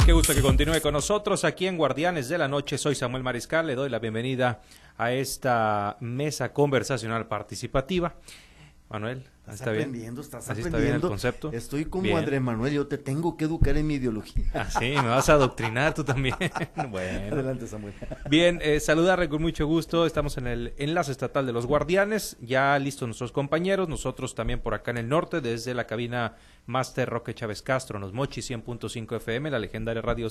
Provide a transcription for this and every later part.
Qué gusto que continúe con nosotros aquí en Guardianes de la Noche. Soy Samuel Mariscal, le doy la bienvenida a esta mesa conversacional participativa. Manuel, ¿está bien? Estás ¿Así aprendiendo. está bien el concepto? Estoy como Bien. Andrés Manuel, yo te tengo que educar en mi ideología. Ah, sí, me vas a adoctrinar tú también. Bueno. Adelante, Samuel. Bien, saludarle con mucho gusto. Estamos en el enlace estatal de los Guardianes, ya listos nuestros compañeros, nosotros también por acá en el norte, desde la cabina Máster Roque Chávez Castro, en los Mochis 100.5 FM, la legendaria radio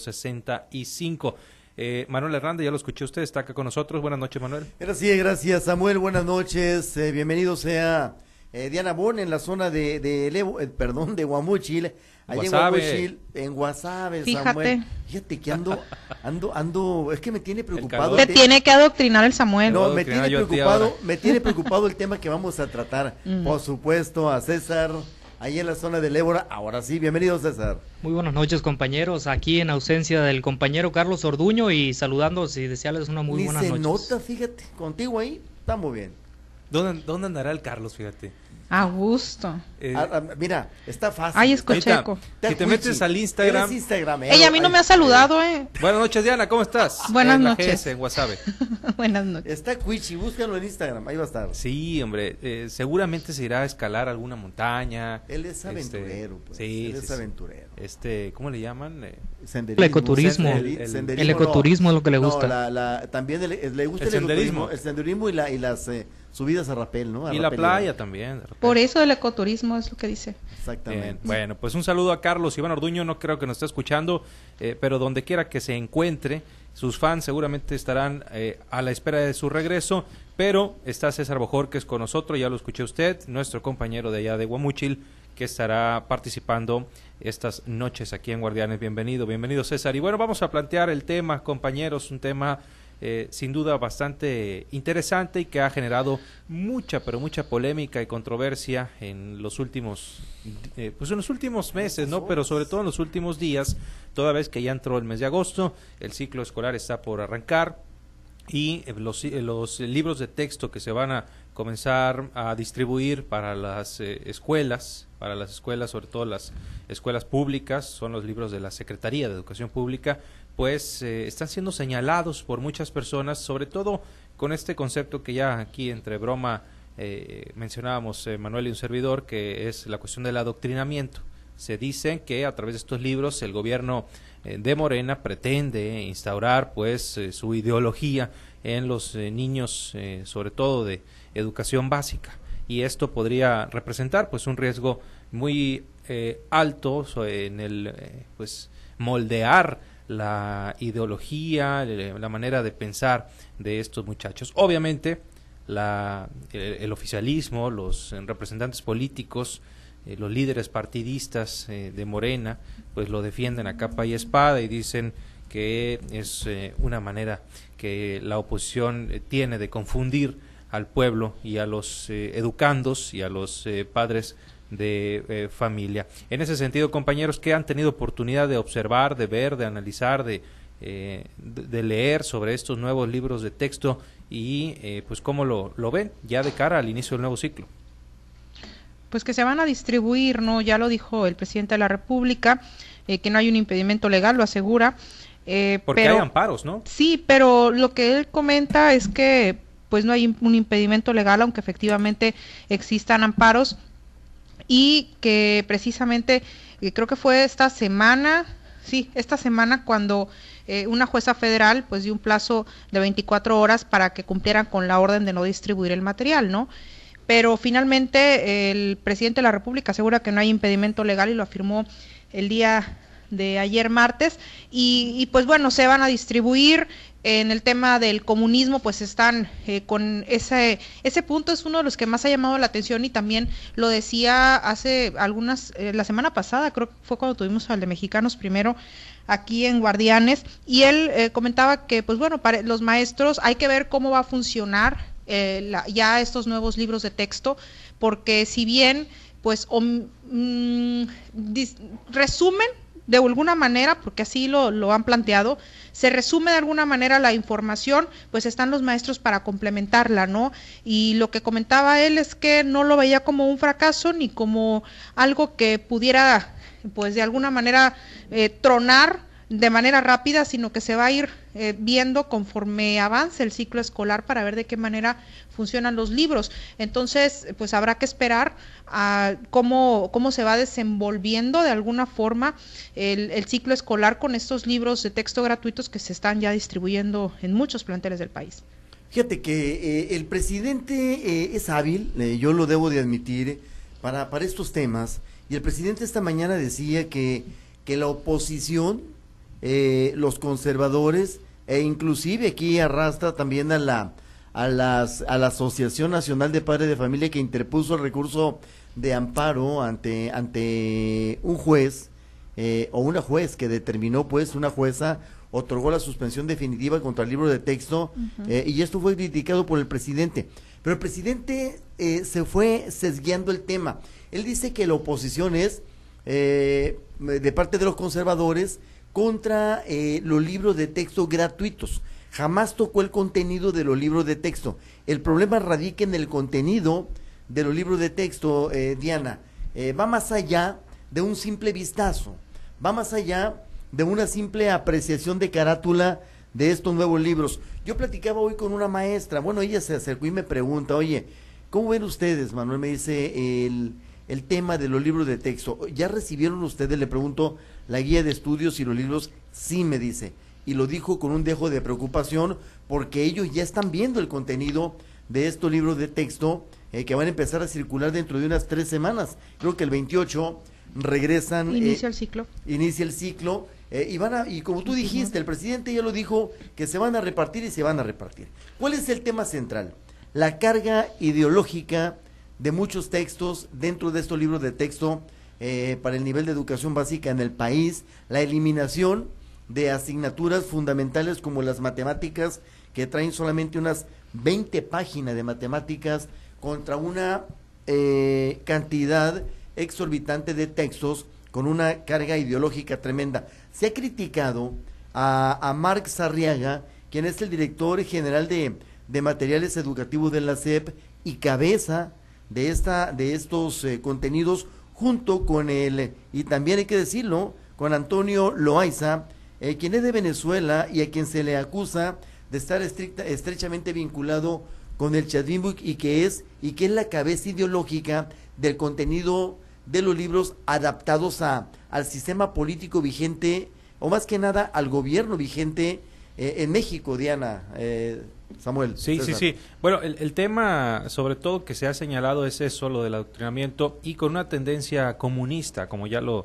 65. Manuel Hernández, ya lo escuché usted, está acá con nosotros. Buenas noches, Manuel. Gracias, Samuel. Buenas noches. Bienvenido sea Diana Bon en la zona de Guamúchil. Allá en Guasave, Samuel. Fíjate que ando, es que me tiene preocupado. Te tiene que adoctrinar el Samuel. No, me tiene preocupado el tema que vamos a tratar. Por supuesto, a César, ahí en la zona del Ébora. Ahora sí, bienvenido, César. Muy buenas noches, compañeros, aquí en ausencia del compañero Carlos Orduño y saludándolos y desearles una muy buena noche. Ni se nota, fíjate, contigo ahí, estamos bien. ¿Dónde andará el Carlos, fíjate? A gusto. Mira, está fácil. Ay, escucheco. Si te metes al Instagram. Ella a mí no me ha saludado, Buenas noches, Diana, ¿cómo estás? Buenas noches. En Guasave. Buenas noches. Está Cuichi, búscalo en Instagram, ahí va a estar. Sí, hombre, seguramente se irá a escalar alguna montaña. Él es aventurero, pues. Sí, él es aventurero. ¿Cómo le llaman? El ecoturismo. El ecoturismo es lo que le gusta. No, también le gusta el ecoturismo, el senderismo y las subidas a rapel, ¿no? Y la playa también. Por eso el ecoturismo es lo que dice. Exactamente. Bueno, pues un saludo a Carlos Iván Orduño, no creo que nos esté escuchando, pero donde quiera que se encuentre, sus fans seguramente estarán a la espera de su regreso, pero está César Bojorquez con nosotros, ya lo escuché usted, nuestro compañero de allá de Guamúchil, que estará participando estas noches aquí en Guardianes. Bienvenido César. Y bueno, vamos a plantear el tema, compañeros, un tema sin duda bastante interesante y que ha generado mucha polémica y controversia en los últimos meses, ¿no? Pero sobre todo en los últimos días, toda vez que ya entró el mes de agosto, el ciclo escolar está por arrancar y los libros de texto que se van a comenzar a distribuir para las escuelas, sobre todo las escuelas públicas, son los libros de la Secretaría de Educación Pública, pues están siendo señalados por muchas personas, sobre todo con este concepto que ya aquí entre broma mencionábamos Manuel y un servidor, que es la cuestión del adoctrinamiento. Se dice que a través de estos libros el gobierno de Morena pretende instaurar pues su ideología en los niños, sobre todo de educación básica, y esto podría representar pues un riesgo muy alto en el pues moldear la ideología, la manera de pensar de estos muchachos. Obviamente el oficialismo, los representantes políticos, los líderes partidistas de Morena, pues lo defienden a capa y espada y dicen que es una manera que la oposición tiene de confundir al pueblo y a los educandos y a los padres de familia. En ese sentido, compañeros, ¿qué han tenido oportunidad de observar, de ver, de analizar, de leer sobre estos nuevos libros de texto y pues cómo lo ven ya de cara al inicio del nuevo ciclo? Pues que se van a distribuir, ¿no? Ya lo dijo el presidente de la República, que no hay un impedimento legal, lo asegura. Porque hay amparos, ¿no? Sí, pero lo que él comenta es que pues no hay un impedimento legal, aunque efectivamente existan amparos, y que precisamente creo que fue esta semana cuando una jueza federal pues dio un plazo de 24 horas para que cumplieran con la orden de no distribuir el material, ¿no? Pero finalmente el presidente de la República asegura que no hay impedimento legal y lo afirmó el día de ayer martes, y pues bueno, se van a distribuir. En el tema del comunismo pues están con ese punto, es uno de los que más ha llamado la atención, y también lo decía hace la semana pasada, creo que fue cuando tuvimos al de Mexicanos Primero aquí en Guardianes, y él comentaba que pues bueno, para los maestros hay que ver cómo va a funcionar ya estos nuevos libros de texto, porque si bien pues resumen de alguna manera, porque así lo han planteado, se resume de alguna manera la información, pues están los maestros para complementarla, ¿no? Y lo que comentaba él es que no lo veía como un fracaso ni como algo que pudiera, pues de alguna manera, tronar de manera rápida, sino que se va a ir viendo conforme avance el ciclo escolar para ver de qué manera funcionan los libros. Entonces, pues habrá que esperar a cómo se va desenvolviendo de alguna forma el ciclo escolar con estos libros de texto gratuitos que se están ya distribuyendo en muchos planteles del país. Fíjate que el presidente es hábil, yo lo debo de admitir, para estos temas, y el presidente esta mañana decía que la oposición, los conservadores, e inclusive aquí arrastra también a la Asociación Nacional de Padres de Familia, que interpuso el recurso de amparo ante un juez, o una juez que determinó, pues, una jueza otorgó la suspensión definitiva contra el libro de texto, y esto fue criticado por el presidente. Pero el presidente se fue sesgueando el tema. Él dice que la oposición es de parte de los conservadores contra los libros de texto gratuitos. Jamás tocó el contenido de los libros de texto. El problema radica en el contenido de los libros de texto, Diana. Va más allá de un simple vistazo, va más allá de una simple apreciación de carátula de estos nuevos libros. Yo platicaba hoy con una maestra, bueno, ella se acercó y me pregunta, oye, ¿cómo ven ustedes, Manuel? Me dice, el tema de los libros de texto, ¿ya recibieron ustedes, le pregunto, la guía de estudios y los libros? Sí, me dice, y lo dijo con un dejo de preocupación, porque ellos ya están viendo el contenido de estos libros de texto, que van a empezar a circular dentro de unas 3 semanas, creo que el 28 regresan. Inicia el ciclo. Inicia el ciclo, y como tú dijiste, el presidente ya lo dijo, que se van a repartir y se van a repartir. ¿Cuál es el tema central? La carga ideológica de muchos textos dentro de estos libros de texto para el nivel de educación básica en el país, la eliminación de asignaturas fundamentales como las matemáticas, que traen solamente unas 20 páginas de matemáticas contra una cantidad exorbitante de textos con una carga ideológica tremenda. Se ha criticado a Marc Sarriaga, quien es el director general de materiales educativos de la SEP y cabeza de estos contenidos, junto con y también hay que decirlo, con Antonio Loaiza, quien es de Venezuela y a quien se le acusa de estar estrechamente vinculado con el chavismo y que es la cabeza ideológica del contenido de los libros adaptados al sistema político vigente, o más que nada al gobierno vigente en México, Diana, Samuel. Sí, César. Sí. Bueno, el tema sobre todo que se ha señalado es eso, lo del adoctrinamiento, y con una tendencia comunista, como ya lo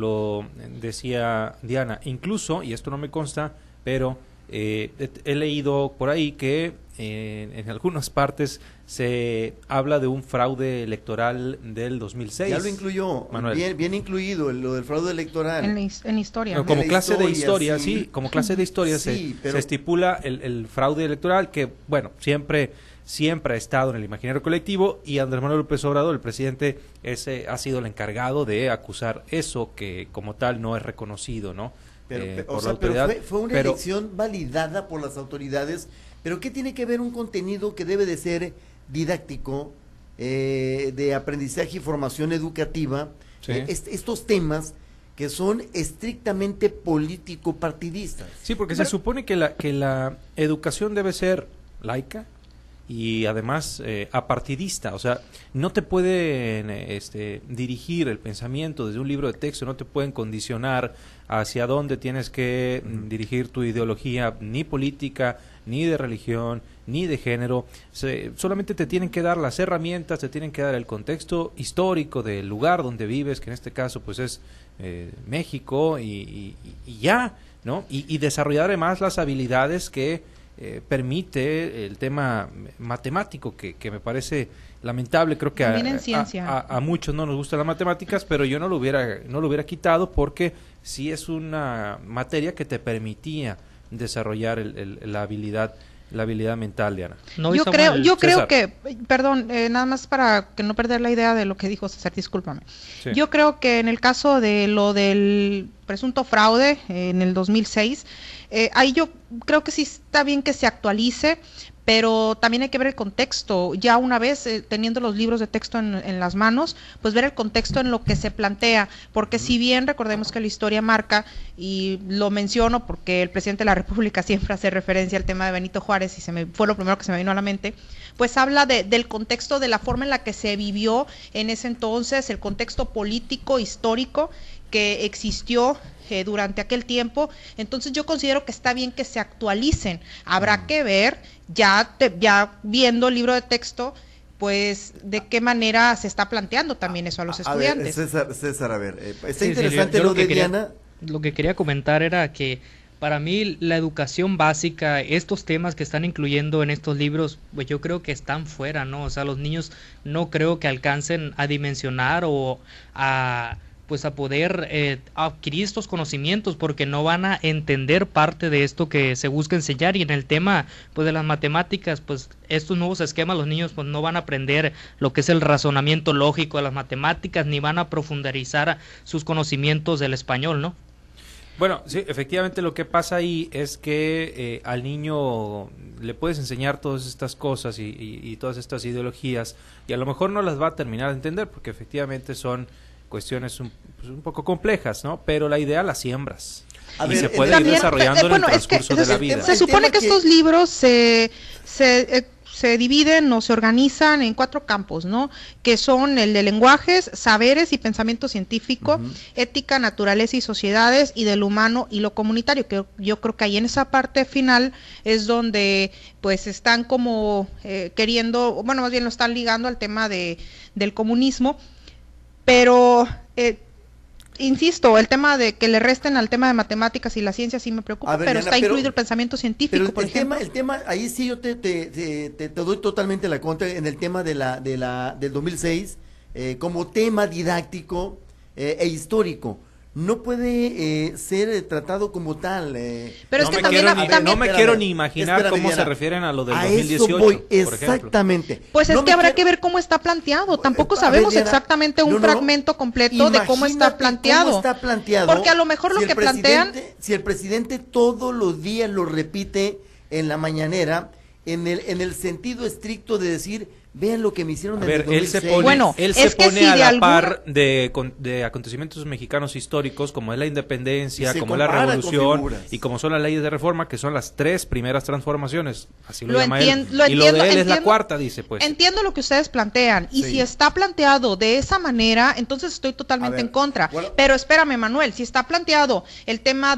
decía Diana. Incluso, y esto no me consta, pero he leído por ahí que en algunas partes se habla de un fraude electoral del 2006. Ya lo incluyó, Manuel. Bien incluido lo del fraude electoral. En historia. No, como clase de historia, sí, como clase de historia se estipula el fraude electoral, que, bueno, siempre ha estado en el imaginario colectivo, y Andrés Manuel López Obrador, el presidente, ha sido el encargado de acusar eso, que como tal no es reconocido, ¿no? Pero fue una elección validada por las autoridades. Pero ¿qué tiene que ver un contenido que debe de ser didáctico, de aprendizaje y formación educativa, sí, estos temas que son estrictamente político-partidistas? Sí, porque se supone que la educación debe ser laica y además apartidista, o sea, no te pueden dirigir el pensamiento desde un libro de texto, no te pueden condicionar hacia dónde tienes que dirigir tu ideología, ni política, ni de religión, ni de género. Solamente te tienen que dar las herramientas, te tienen que dar el contexto histórico del lugar donde vives, que en este caso pues es México, y ya, ¿no? Y desarrollar además las habilidades que permite el tema matemático, que me parece lamentable. Creo que a muchos no nos gustan las matemáticas, pero yo no lo hubiera quitado, porque sí es una materia que te permitía desarrollar la habilidad mental, Diana. No, yo creo que, perdón, nada más para que no perder la idea de lo que dijo César, discúlpame. Sí. Yo creo que en el caso de lo del presunto fraude en el 2006, ahí yo creo que sí está bien que se actualice, pero también hay que ver el contexto. Ya una vez teniendo los libros de texto en las manos, pues ver el contexto en lo que se plantea, porque si bien recordemos que la historia marca, y lo menciono porque el presidente de la República siempre hace referencia al tema de Benito Juárez, y fue lo primero que se me vino a la mente, pues habla del contexto, de la forma en la que se vivió en ese entonces, el contexto político, histórico que existió durante aquel tiempo. Entonces yo considero que está bien que se actualicen. Habrá que ver, ya viendo el libro de texto, pues de qué manera se está planteando también eso a los estudiantes. César, a ver, está interesante lo de Diana. Lo que quería comentar era que para mí la educación básica, estos temas que están incluyendo en estos libros, pues yo creo que están fuera, ¿no? O sea, los niños no creo que alcancen a dimensionar o a poder adquirir estos conocimientos, porque no van a entender parte de esto que se busca enseñar. Y en el tema pues de las matemáticas, pues estos nuevos esquemas, los niños pues no van a aprender lo que es el razonamiento lógico de las matemáticas, ni van a profundizar sus conocimientos del español, ¿no? Bueno, sí, efectivamente lo que pasa ahí es que al niño le puedes enseñar todas estas cosas y todas estas ideologías, y a lo mejor no las va a terminar de entender, porque efectivamente son cuestiones un poco complejas, ¿no? Pero la idea la siembras y se puede ir desarrollando en el transcurso de la vida. Se supone que estos libros se dividen o se organizan en 4 campos, ¿no? Que son el de lenguajes, saberes y pensamiento científico, ética, naturaleza y sociedades, y del humano y lo comunitario, que yo creo que ahí en esa parte final es donde pues están como queriendo, bueno, más bien lo están ligando al tema del comunismo. Pero, insisto, el tema de que le resten al tema de matemáticas y la ciencia sí me preocupa, pero Diana, está incluido el pensamiento científico, por ejemplo. El tema, ahí sí yo te doy totalmente la contra en el tema del 2006, como tema didáctico e histórico. No puede ser tratado como tal. Pero no es que no me quiero ni imaginar cómo Diana, se refieren a lo del 2018. Eso voy, exactamente. Pues es que habrá que ver cómo está planteado. Tampoco sabemos Diana, exactamente un fragmento completo de cómo está planteado. Porque a lo mejor lo que plantean. Si el presidente todos los días lo repite en la mañanera, en el sentido estricto de decir, vean lo que me hicieron en el 2006. Él se pone a la par de acontecimientos mexicanos históricos, como es la independencia, como es la revolución y como son las leyes de reforma, que son las 3 primeras transformaciones, así lo llama él. Y lo de él es la 4ª, dice pues. Entiendo lo que ustedes plantean, y si está planteado de esa manera, entonces estoy totalmente en contra. Bueno, pero espérame, Manuel, si está planteado el tema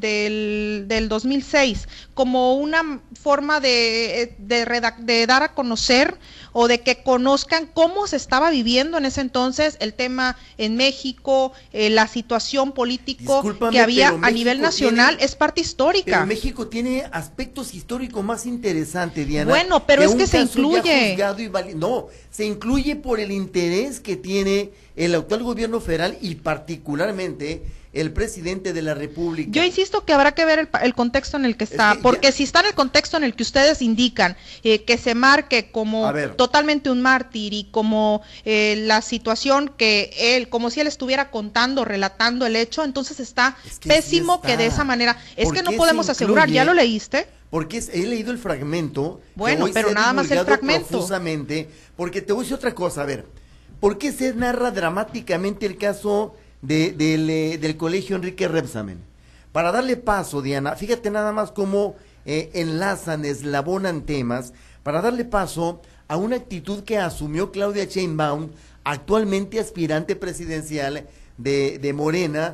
del 2006 como una forma de dar a conocer o de que conozcan cómo se estaba viviendo en ese entonces el tema en México, la situación político que había a nivel nacional, es parte histórica. Pero México tiene aspectos históricos más interesantes, Diana. Bueno, pero es que se incluye. No, se incluye por el interés que tiene el actual gobierno federal y particularmente el presidente de la República. Yo insisto que habrá que ver el contexto en el que está, porque si está en el contexto en el que ustedes indican, que se marque como totalmente un mártir y como la situación que él, como si él estuviera contando, relatando el hecho, entonces está pésimo que de esa manera, es que no podemos asegurar, ¿ya lo leíste? Porque he leído el fragmento. Bueno, pero nada más el fragmento. Profusamente, porque te voy a decir otra cosa, a ver, ¿por qué se narra dramáticamente el caso del colegio Enrique Rebsamen? Para darle paso, Diana, fíjate nada más cómo enlazan, eslabonan temas, para darle paso a una actitud que asumió Claudia Sheinbaum, actualmente aspirante presidencial de Morena,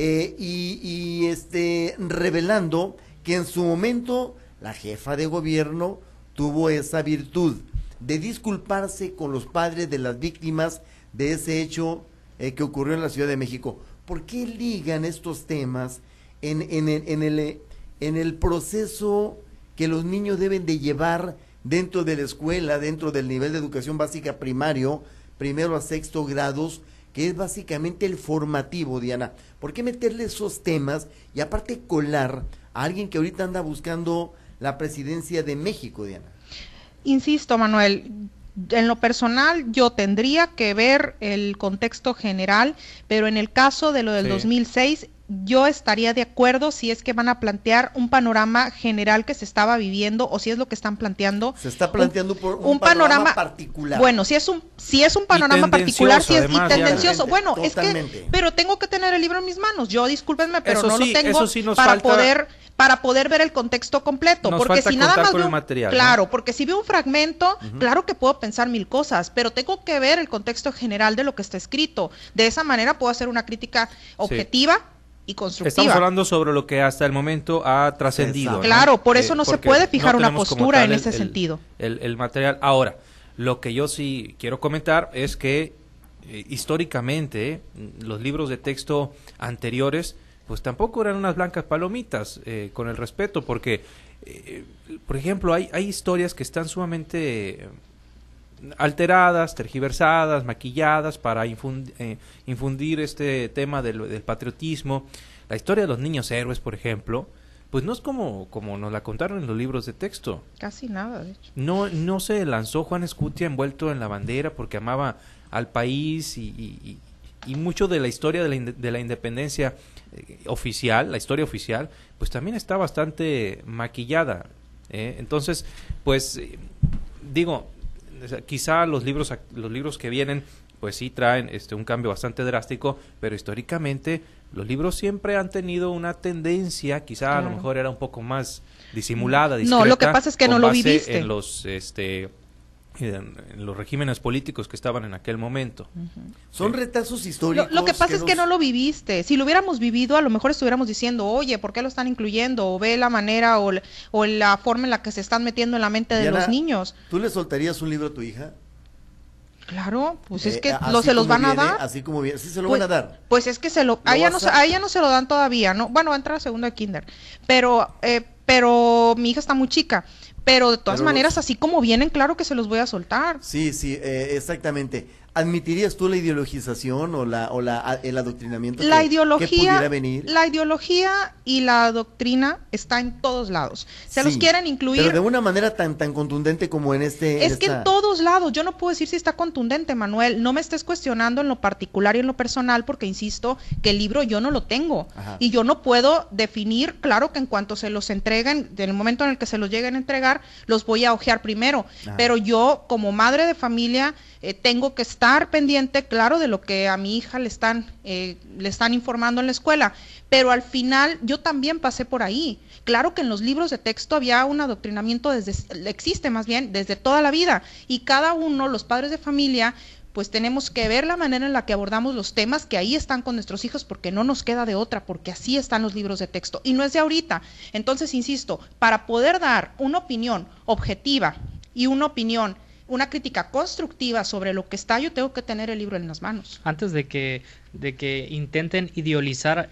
revelando que en su momento la jefa de gobierno tuvo esa virtud de disculparse con los padres de las víctimas de ese hecho que ocurrió en la Ciudad de México. ¿Por qué ligan estos temas en el proceso que los niños deben de llevar dentro de la escuela, dentro del nivel de educación básica primario, primero a 6º grados, que es básicamente el formativo, Diana? ¿Por qué meterle esos temas y aparte colar a alguien que ahorita anda buscando la presidencia de México, Diana? Insisto, Manuel, en lo personal yo tendría que ver el contexto general, pero en el caso de lo del 2006 yo estaría de acuerdo si es que van a plantear un panorama general que se estaba viviendo o si es lo que están planteando. Se está planteando por un panorama particular. Bueno, si es un panorama particular, si es y tendencioso. Bueno, totalmente. Es que, pero tengo que tener el libro en mis manos. Yo, discúlpenme, pero eso no sí, lo tengo sí para poder ver el contexto completo. Nos porque si nada más con el material, claro, ¿no? porque si veo un fragmento, claro que puedo pensar mil cosas, pero tengo que ver el contexto general de lo que está escrito. De esa manera puedo hacer una crítica objetiva. Sí. Y constructiva. Estamos hablando sobre lo que hasta el momento ha trascendido, ¿no? Claro, por eso no se puede fijar una postura en ese sentido. El material. Ahora, lo que yo sí quiero comentar es que históricamente los libros de texto anteriores pues tampoco eran unas blancas palomitas, con el respeto, porque por ejemplo hay historias que están sumamente alteradas, tergiversadas, maquilladas para infundir este tema del patriotismo. La historia de los niños héroes, por ejemplo, pues no es como nos la contaron en los libros de texto. Casi nada, de hecho. No se lanzó Juan Escutia envuelto en la bandera porque amaba al país y mucho de la historia de la independencia oficial, la historia oficial, pues también está bastante maquillada. Entonces, pues digo, quizá los libros que vienen pues sí traen un cambio bastante drástico, pero históricamente los libros siempre han tenido una tendencia, quizá claro, a lo mejor era un poco más disimulada, discreta. No, lo que pasa es que no lo viviste. En los regímenes políticos que estaban en aquel momento. Son retazos históricos. Lo que pasa es que no lo viviste. Si lo hubiéramos vivido, a lo mejor estuviéramos diciendo, oye, ¿por qué lo están incluyendo? O ve la manera o la forma en la que se están metiendo en la mente de los niños. ¿Tú le soltarías un libro a tu hija? Claro, pues es que se los van a dar. Así como viene, sí se lo van a dar. Pues es que a ella no se lo dan todavía, ¿no? Bueno, va a entrar a segundo de kinder. Pero mi hija está muy chica. Pero de todas maneras, así como vienen, claro que se los voy a soltar. Sí, exactamente. ¿Admitirías tú la ideologización o el adoctrinamiento que pudiera venir? La ideología y la doctrina está en todos lados. Los quieren incluir. Pero de una manera tan contundente como en este. Es que en todos lados. Yo no puedo decir si está contundente, Manuel. No me estés cuestionando en lo particular y en lo personal, porque insisto que el libro yo no lo tengo. Ajá. Y yo no puedo definir. Claro que en cuanto se los entreguen, en el momento en el que se los lleguen a entregar, los voy a hojear primero. Ajá. Pero yo, como madre de familia, tengo que estar pendiente, claro, de lo que a mi hija le están informando en la escuela, pero al final yo también pasé por ahí. Claro que en los libros de texto había un adoctrinamiento existe más bien desde toda la vida, y cada uno, los padres de familia, pues tenemos que ver la manera en la que abordamos los temas que ahí están con nuestros hijos, porque no nos queda de otra, porque así están los libros de texto, y no es de ahorita. Entonces, insisto, para poder dar una opinión objetiva y una crítica constructiva sobre lo que está, yo tengo que tener el libro en las manos. Antes de que intenten ideologizar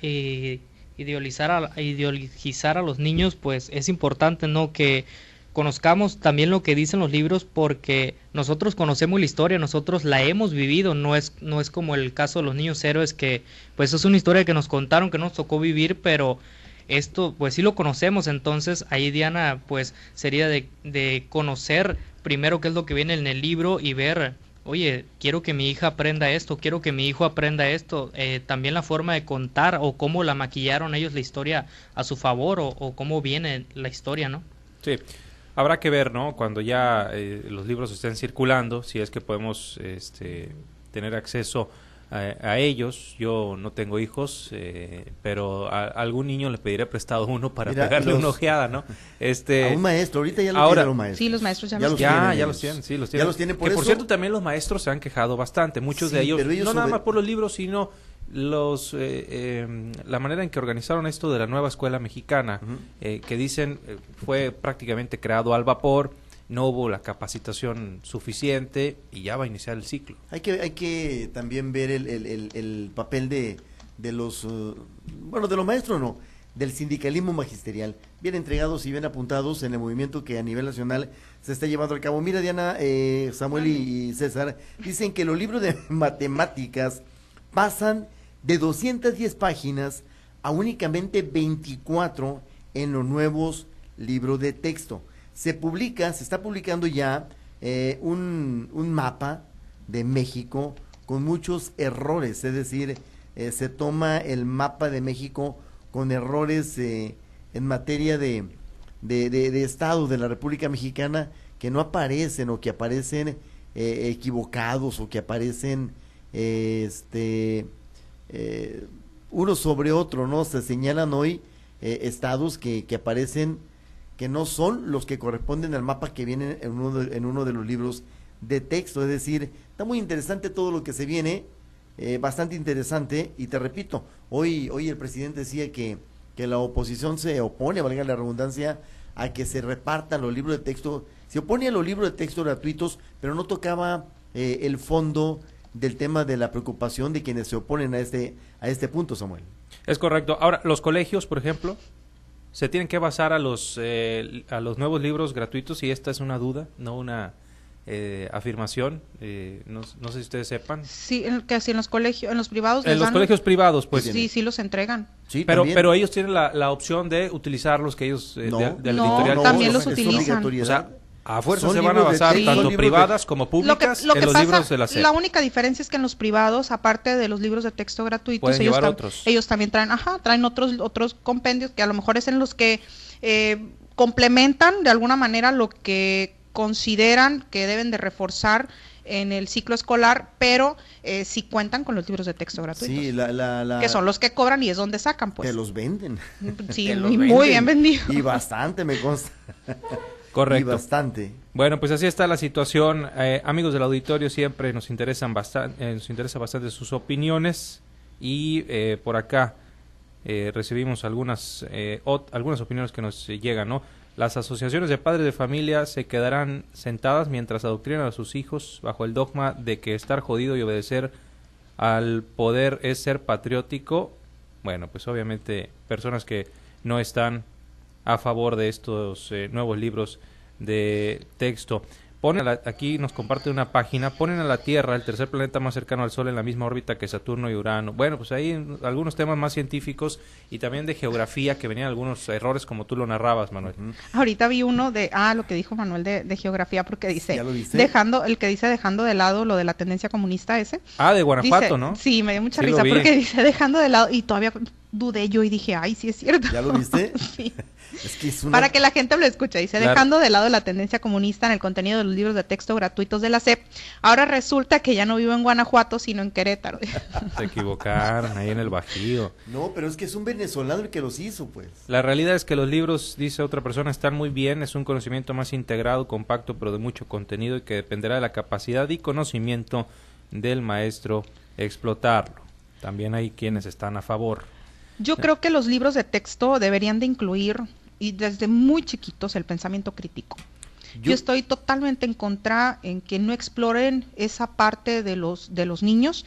a los niños, pues es importante, ¿no?, que conozcamos también lo que dicen los libros, porque nosotros conocemos la historia, nosotros la hemos vivido, no es como el caso de los niños héroes, que pues es una historia que nos contaron, que nos tocó vivir, pero esto pues sí lo conocemos. Entonces ahí, Diana, pues sería de conocer primero qué es lo que viene en el libro y ver, oye, quiero que mi hija aprenda esto, quiero que mi hijo aprenda esto, también la forma de contar o cómo la maquillaron ellos la historia a su favor o cómo viene la historia, ¿no? Sí, habrá que ver, ¿no?, cuando ya los libros estén circulando, si es que podemos tener acceso a ellos. Yo no tengo hijos, pero a algún niño le pediré prestado uno para pegarle una ojeada, ¿no? A un maestro, ahorita ya lo tienen los maestros. Sí, los maestros ya los tienen. Sí, los tienen. Por cierto, también los maestros se han quejado bastante, muchos de ellos no nada más por los libros, sino la manera en que organizaron esto de la nueva escuela mexicana, que dicen fue prácticamente creado al vapor. No hubo la capacitación suficiente y ya va a iniciar el ciclo. Hay que también ver el papel de los de los maestros, no, del sindicalismo magisterial, bien entregados y bien apuntados en el movimiento que a nivel nacional se está llevando a cabo. Mira, Diana, Samuel y César dicen que los libros de matemáticas pasan de 210 páginas a únicamente 24 en los nuevos libros de texto. Se está publicando ya un mapa de México con muchos errores, es decir, se toma el mapa de México con errores en materia de estados de la República Mexicana que no aparecen o que aparecen equivocados o que aparecen uno sobre otro, ¿no? Se señalan hoy estados que aparecen que no son los que corresponden al mapa que viene en uno de los libros de texto. Es decir, está muy interesante todo lo que se viene, bastante interesante, y te repito, hoy el presidente decía que la oposición se opone, valga la redundancia, a que se repartan los libros de texto, se opone a los libros de texto gratuitos, pero no tocaba el fondo del tema de la preocupación de quienes se oponen a este punto, Samuel. Es correcto. Ahora, los colegios, por ejemplo, se tienen que basar a los nuevos libros gratuitos, y esta es una duda, no una afirmación, no sé si ustedes sepan. Sí, en los colegios, en los privados. En los colegios privados, pues. Sí los entregan. Sí, pero ellos tienen la opción de utilizarlos, que ellos del editorial. También los utilizan. O sea, a fuerza se van a basar tanto privadas como públicas en los libros de la SEP. La única diferencia es que en los privados, aparte de los libros de texto gratuitos, ellos también traen otros compendios que a lo mejor es en los que complementan de alguna manera lo que consideran que deben de reforzar en el ciclo escolar, pero sí cuentan con los libros de texto gratuitos. Sí, que son los que cobran y es donde sacan, pues. Que los venden. Sí, muy bien vendido. Y bastante, me consta. Correcto. Y bastante. Bueno, pues así está la situación. Amigos del auditorio, siempre nos interesa bastante sus opiniones, y por acá recibimos algunas opiniones que nos llegan, ¿no? Las asociaciones de padres de familia se quedarán sentadas mientras adoctrinan a sus hijos bajo el dogma de que estar jodido y obedecer al poder es ser patriótico. Bueno, pues obviamente personas que no están a favor de estos nuevos libros de texto. Aquí nos comparte una página, ponen a la Tierra, el tercer planeta más cercano al Sol, en la misma órbita que Saturno y Urano. Bueno, pues ahí algunos temas más científicos y también de geografía, que venían algunos errores como tú lo narrabas, Manuel. Ahorita vi uno lo que dijo Manuel de geografía, porque dice, ¿Ya lo viste? dejando de lado lo de la tendencia comunista ese. De Guanajuato, dice, ¿no? Sí, me dio mucha risa, porque dice, dejando de lado, y todavía dudé yo y dije, ay, sí es cierto. ¿Ya lo viste? Sí. Es que es Para que la gente lo escuche, dice, dejando de lado la tendencia comunista en el contenido de los libros de texto gratuitos de la SEP, ahora resulta que ya no vivo en Guanajuato, sino en Querétaro. Se equivocaron, ahí en el Bajío. No, pero es que es un venezolano el que los hizo, pues. La realidad es que los libros, dice otra persona, están muy bien, es un conocimiento más integrado, compacto, pero de mucho contenido, y que dependerá de la capacidad y conocimiento del maestro explotarlo. También hay quienes están a favor. Yo creo que los libros de texto deberían de incluir, y desde muy chiquitos, el pensamiento crítico. Yo estoy totalmente en contra en que no exploren esa parte de los niños,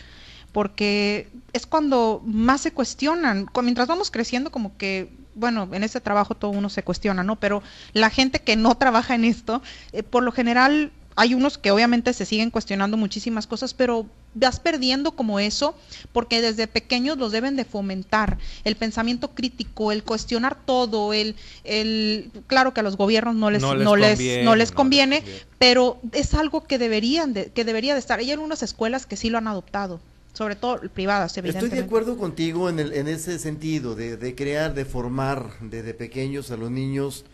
porque es cuando más se cuestionan. Mientras vamos creciendo, como que, bueno, en este trabajo todo uno se cuestiona, ¿no? Pero la gente que no trabaja en esto, por lo general, hay unos que obviamente se siguen cuestionando muchísimas cosas, pero vas perdiendo como eso, porque desde pequeños los deben de fomentar, el pensamiento crítico, el cuestionar todo, claro que a los gobiernos no les conviene, pero es algo que debería de estar. Hay algunas escuelas que sí lo han adoptado, sobre todo privadas, evidentemente. Estoy de acuerdo contigo en ese sentido, de crear, de formar desde pequeños a los niños.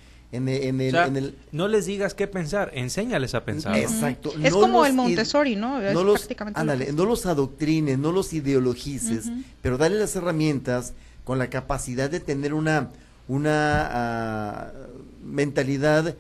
No les digas qué pensar, enséñales a pensar. Exacto. Es como el Montessori, ¿no? No los adoctrines, no los ideologices, pero dale las herramientas con la capacidad de tener una mentalidad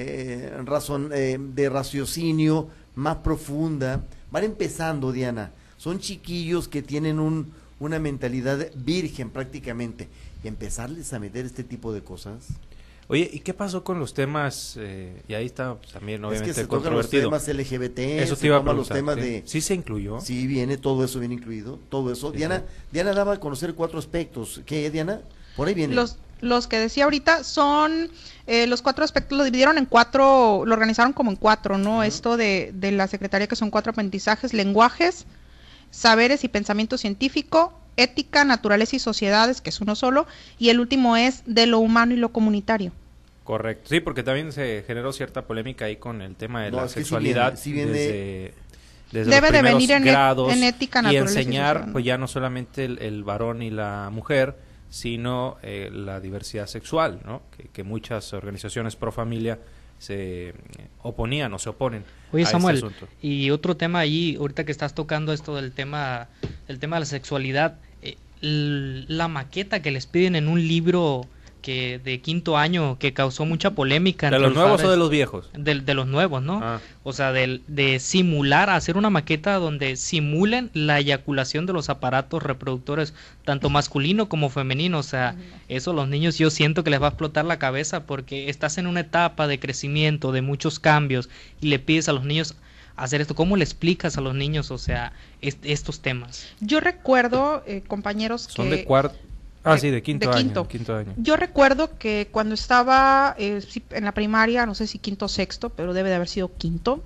de raciocinio más profunda. Van empezando, Diana. Son chiquillos que tienen una mentalidad virgen prácticamente. Y empezarles a meter este tipo de cosas. Oye, ¿y qué pasó con los temas? Y ahí está pues, también obviamente es que se controvertido. Tocan los temas LGBT, eso te iba a preguntar, los temas de... ¿Sí se incluyó? Sí, todo eso viene incluido, todo eso. Sí, Diana daba a conocer 4 aspectos. ¿Qué, Diana? Por ahí viene. Los que decía ahorita son los 4 aspectos, lo dividieron en 4, lo organizaron como en 4, ¿no? Esto de la Secretaría, que son 4 aprendizajes: lenguajes, saberes y pensamiento científico, ética, naturaleza y sociedades, que es uno solo, y el último es de lo humano y lo comunitario. Correcto, sí, porque también se generó cierta polémica ahí con el tema de la sexualidad. Sí viene desde debe los de primeros venir grados en ética, y naturaleza enseñar, social. pues ya no solamente el varón y la mujer, sino la diversidad sexual, ¿no? Que muchas organizaciones pro familia se oponían o se oponen. Oye, a Samuel, este asunto. y otro tema ahí, ahorita que estás tocando esto del tema de la sexualidad, la maqueta que les piden en un libro que de 5º año que causó mucha polémica. ¿De los nuevos o de los viejos? De los nuevos, ¿no? Ah. O sea, de simular, hacer una maqueta donde simulen la eyaculación de los aparatos reproductores, tanto masculino como femenino. O sea, eso los niños yo siento que les va a explotar la cabeza porque estás en una etapa de crecimiento, de muchos cambios, y le pides a los niños hacer esto. ¿Cómo le explicas a los niños, o sea, estos temas? Yo recuerdo, compañeros, Son que... de cuarto. Sí, de quinto año. Yo recuerdo que cuando estaba en la primaria, no sé si quinto o sexto, pero debe de haber sido quinto,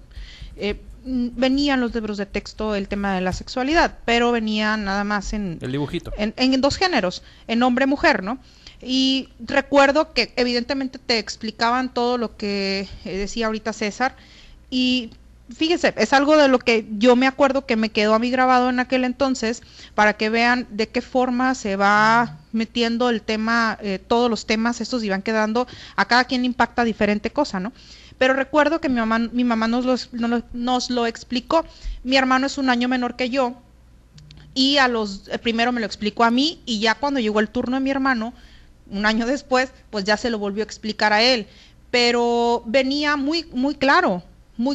venían los libros de texto el tema de la sexualidad, pero venían nada más en... El dibujito. En 2 géneros, en hombre-mujer, ¿no? Y recuerdo que evidentemente te explicaban todo lo que decía ahorita César, y fíjese, es algo de lo que yo me acuerdo que me quedó a mí grabado en aquel entonces, para que vean de qué forma se va metiendo el tema, todos los temas estos, y van quedando, a cada quien impacta diferente cosa, ¿no? Pero recuerdo que mi mamá nos lo explicó. Mi hermano es 1 año menor que yo, y primero me lo explicó a mí, y ya cuando llegó el turno de mi hermano, 1 año después, pues ya se lo volvió a explicar a él, pero venía muy claro,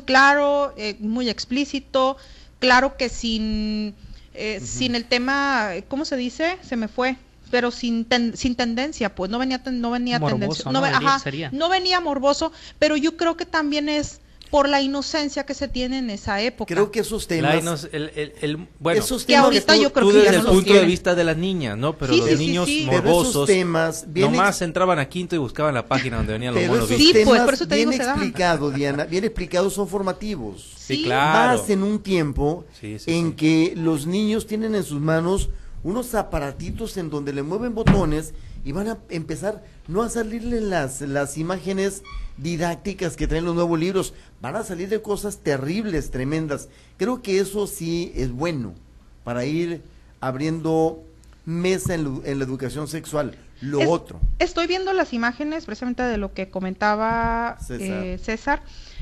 muy explícito, claro que sin el tema, ¿cómo se dice? Se me fue, pero sin tendencia, pues no venía morboso, tendencia, no venía morboso, pero yo creo que también es por la inocencia que se tiene en esa época. Creo que esos temas... bueno, esos temas ahorita yo creo que desde ya el no los punto de tienen. vista de las niñas, ¿no? Pero Sí, los sí, niños sí. morbosos, pero esos temas nomás entraban a quinto y buscaban la página donde venían los pero monos esos vistos. Sí, pues, temas por eso te digo, bien se daban. explicado, Diana, bien explicados, son formativos. Sí, claro. Más en un tiempo en que los niños tienen en sus manos unos aparatitos en donde le mueven botones y van a empezar no a salirle las imágenes didácticas que traen los nuevos libros, van a salir de cosas terribles, tremendas. Creo que eso sí es bueno para ir abriendo mesa en la educación sexual. Otro. Estoy viendo las imágenes precisamente de lo que comentaba César.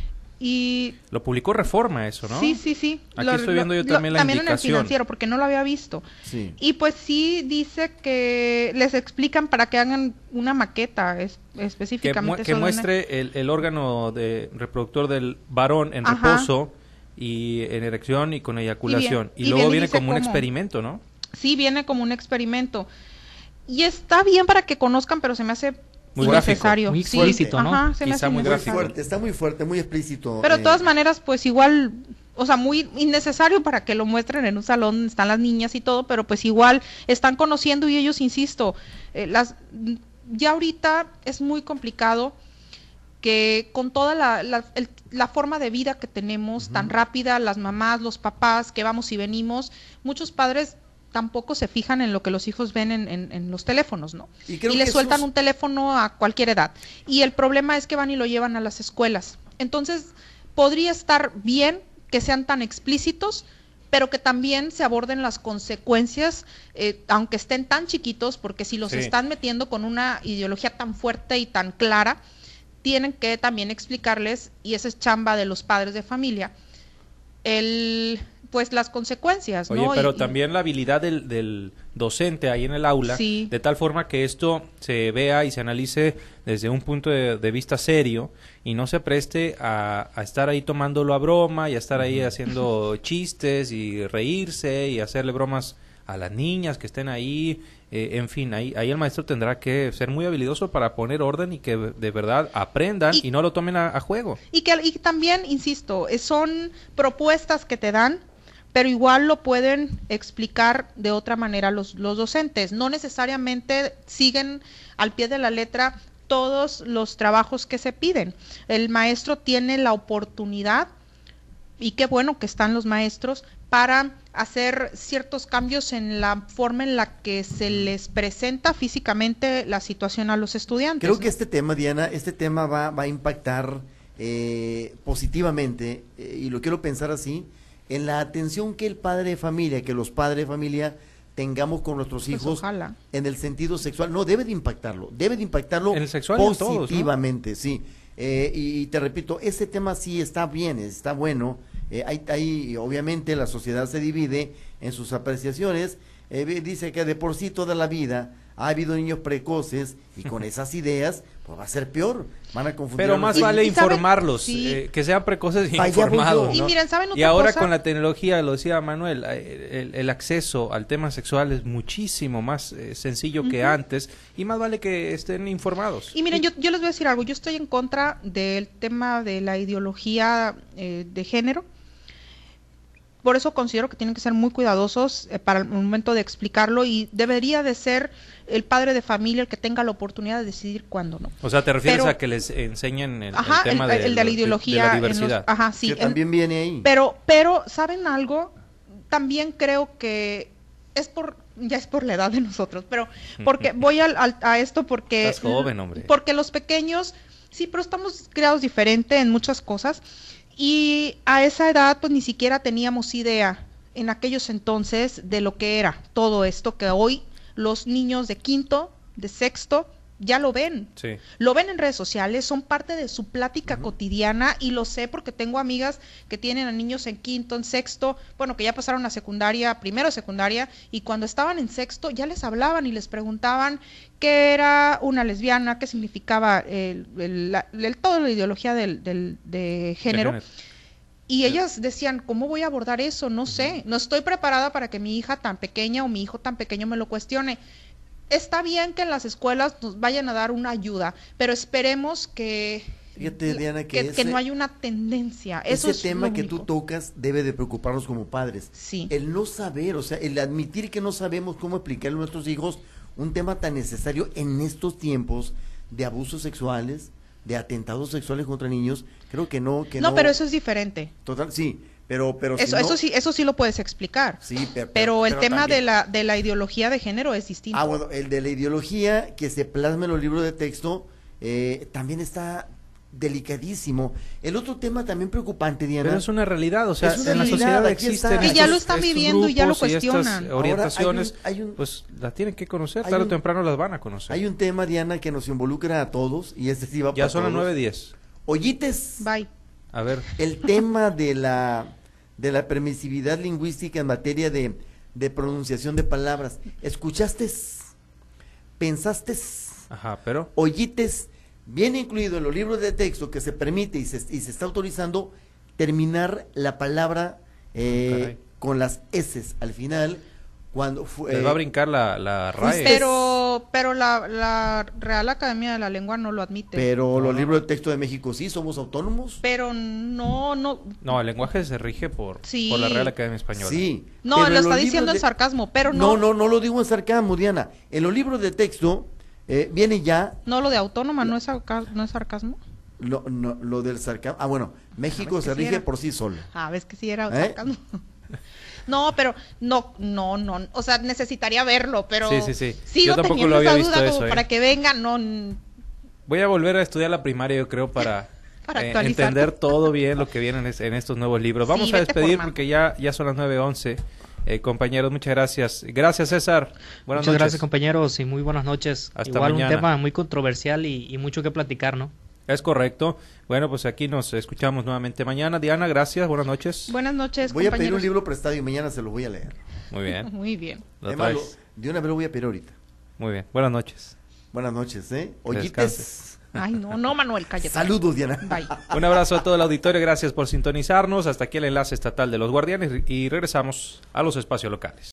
Y lo publicó Reforma eso, ¿no? Sí. Aquí estoy viendo yo también la indicación. En el Financiero, porque no lo había visto. Sí. Y pues sí dice que les explican para que hagan una maqueta específicamente. Que muestre el órgano reproductor del varón en reposo y en erección y con eyaculación. Y luego viene como un experimento, ¿no? Sí, viene como un experimento. Y está bien para que conozcan, pero se me hace... muy necesario, muy explícito, ¿no? Ajá, se me hace muy fuerte, está muy fuerte, muy explícito. Pero de todas maneras, pues igual, o sea, muy innecesario para que lo muestren en un salón donde están las niñas y todo, pero pues igual están conociendo y ellos, insisto, ya ahorita es muy complicado que con toda la forma de vida que tenemos, tan rápida, las mamás, los papás, que vamos y venimos, muchos padres tampoco se fijan en lo que los hijos ven en los teléfonos, ¿no? Y les sueltan un teléfono a cualquier edad. Y el problema es que van y lo llevan a las escuelas. Entonces, podría estar bien que sean tan explícitos, pero que también se aborden las consecuencias, aunque estén tan chiquitos, porque si los están metiendo con una ideología tan fuerte y tan clara, tienen que también explicarles, y esa es chamba de los padres de familia, pues las consecuencias, ¿no? Oye, pero también la habilidad del docente ahí en el aula, de tal forma que esto se vea y se analice desde un punto de vista serio y no se preste a estar ahí tomándolo a broma y a estar ahí haciendo chistes y reírse y hacerle bromas a las niñas que estén ahí, en fin, ahí el maestro tendrá que ser muy habilidoso para poner orden y que de verdad aprendan y no lo tomen a juego. Y también, insisto, son propuestas que te dan, pero igual lo pueden explicar de otra manera los docentes. No necesariamente siguen al pie de la letra todos los trabajos que se piden. El maestro tiene la oportunidad, y qué bueno que están los maestros, para hacer ciertos cambios en la forma en la que se les presenta físicamente la situación a los estudiantes. Creo que este tema, Diana, va a impactar positivamente, y lo quiero pensar así, en la atención que el padre de familia, que los padres de familia tengamos con nuestros hijos, ojalá. En el sentido sexual, no, debe de impactarlo en el sexual positivamente, en todos, ¿no? sí. Y te repito, ese tema sí está bien, está bueno. Hay obviamente la sociedad se divide en sus apreciaciones. Dice que de por sí toda la vida ha habido niños precoces y con esas ideas pues va a ser peor, van a confundir. Pero más vale informarlos, sí. Que sean precoces e informados, ¿no? Y miren, ¿saben otra y ahora cosa? Con la tecnología, lo decía Manuel, el acceso al tema sexual es muchísimo más sencillo que antes, y más vale que estén informados. Y miren, yo les voy a decir algo, yo estoy en contra del tema de la ideología de género. Por eso considero que tienen que ser muy cuidadosos para el momento de explicarlo, y debería de ser el padre de familia el que tenga la oportunidad de decidir cuándo, ¿no? O sea, ¿te refieres a que les enseñen el tema de la ideología, de la diversidad? Sí. Que también viene ahí. Pero, ¿saben algo? También creo que ya es por la edad de nosotros, pero porque voy a esto porque... Estás joven, hombre. Porque los pequeños, sí, pero estamos creados diferente en muchas cosas. Y a esa edad pues ni siquiera teníamos idea en aquellos entonces de lo que era todo esto que hoy los niños de quinto, de sexto, ya lo ven. Sí. Lo ven en redes sociales, son parte de su plática cotidiana, y lo sé porque tengo amigas que tienen a niños en quinto, en sexto, bueno, que ya pasaron a secundaria, primero secundaria, y cuando estaban en sexto ya les hablaban y les preguntaban qué era una lesbiana, qué significaba toda la ideología de género. Y ellas decían, ¿cómo voy a abordar eso? No sé, no estoy preparada para que mi hija tan pequeña o mi hijo tan pequeño me lo cuestione. Está bien que en las escuelas nos vayan a dar una ayuda, pero esperemos que... Fíjate, Diana, que no hay una tendencia. Eso ese tema que tú tocas debe de preocuparnos como padres. Sí. El no saber, o sea, el admitir que no sabemos cómo explicarle a nuestros hijos un tema tan necesario en estos tiempos de abusos sexuales, de atentados sexuales contra niños, creo que no. No, pero eso es diferente. Total, sí. Pero eso sí lo puedes explicar. Sí, pero el tema también de la ideología de género es distinto. Bueno, el de la ideología que se plasma en los libros de texto también está delicadísimo. El otro tema también preocupante, Diana. Pero es una realidad, o sea, en la sociedad existen y ya lo están viviendo y ya lo cuestionan. Y estas orientaciones, pues las tienen que conocer, tarde o temprano las van a conocer. Hay un tema, Diana, que nos involucra a todos, y sí va ya para son todos. las 9:10. Oyites. Bye. A ver. El tema de la permisividad lingüística en materia de pronunciación de palabras. ¿Escuchaste? ¿Pensaste? Ajá, pero... Oyites. Viene incluido en los libros de texto que se permite y se está autorizando terminar la palabra con las S al final. Cuando les va a brincar la RAE. Pero la Real Academia de la Lengua no lo admite. Pero los libros de texto de México sí, somos autónomos. Pero no. No, el lenguaje se rige por la Real Academia Española. Sí. No, lo está diciendo en sarcasmo, pero no. No lo digo en sarcasmo, Diana. En los libros de texto viene ya... No, lo de autónoma no es sarcasmo. Lo del sarcasmo. Bueno, México se rige por sí solo. Ves que sí era sarcasmo. No, pero no, o sea, necesitaría verlo, pero sí. Sigo yo tampoco teniendo lo había esa visto duda eso, como para que vengan, no. Voy a volver a estudiar la primaria, yo creo, para entender todo bien lo que viene en estos nuevos libros. Vamos a despedir porque ya son las 9:11. Compañeros, muchas gracias. Gracias, César. Muchas gracias, compañeros, y muy buenas noches. Hasta Igual mañana. Un tema muy controversial y mucho que platicar, ¿no? Es correcto. Bueno, pues aquí nos escuchamos nuevamente mañana. Diana, gracias. Buenas noches. Buenas noches, Voy a pedir un libro prestado y mañana se lo voy a leer. Muy bien. Muy bien. Además, de una vez lo voy a pedir ahorita. Muy bien. Buenas noches. Buenas noches, Oyites. Ay, no, Manuel, cállate. Saludos, Diana. Bye. Un abrazo a todo el auditorio. Gracias por sintonizarnos. Hasta aquí el enlace estatal de los Guardianes y regresamos a los espacios locales.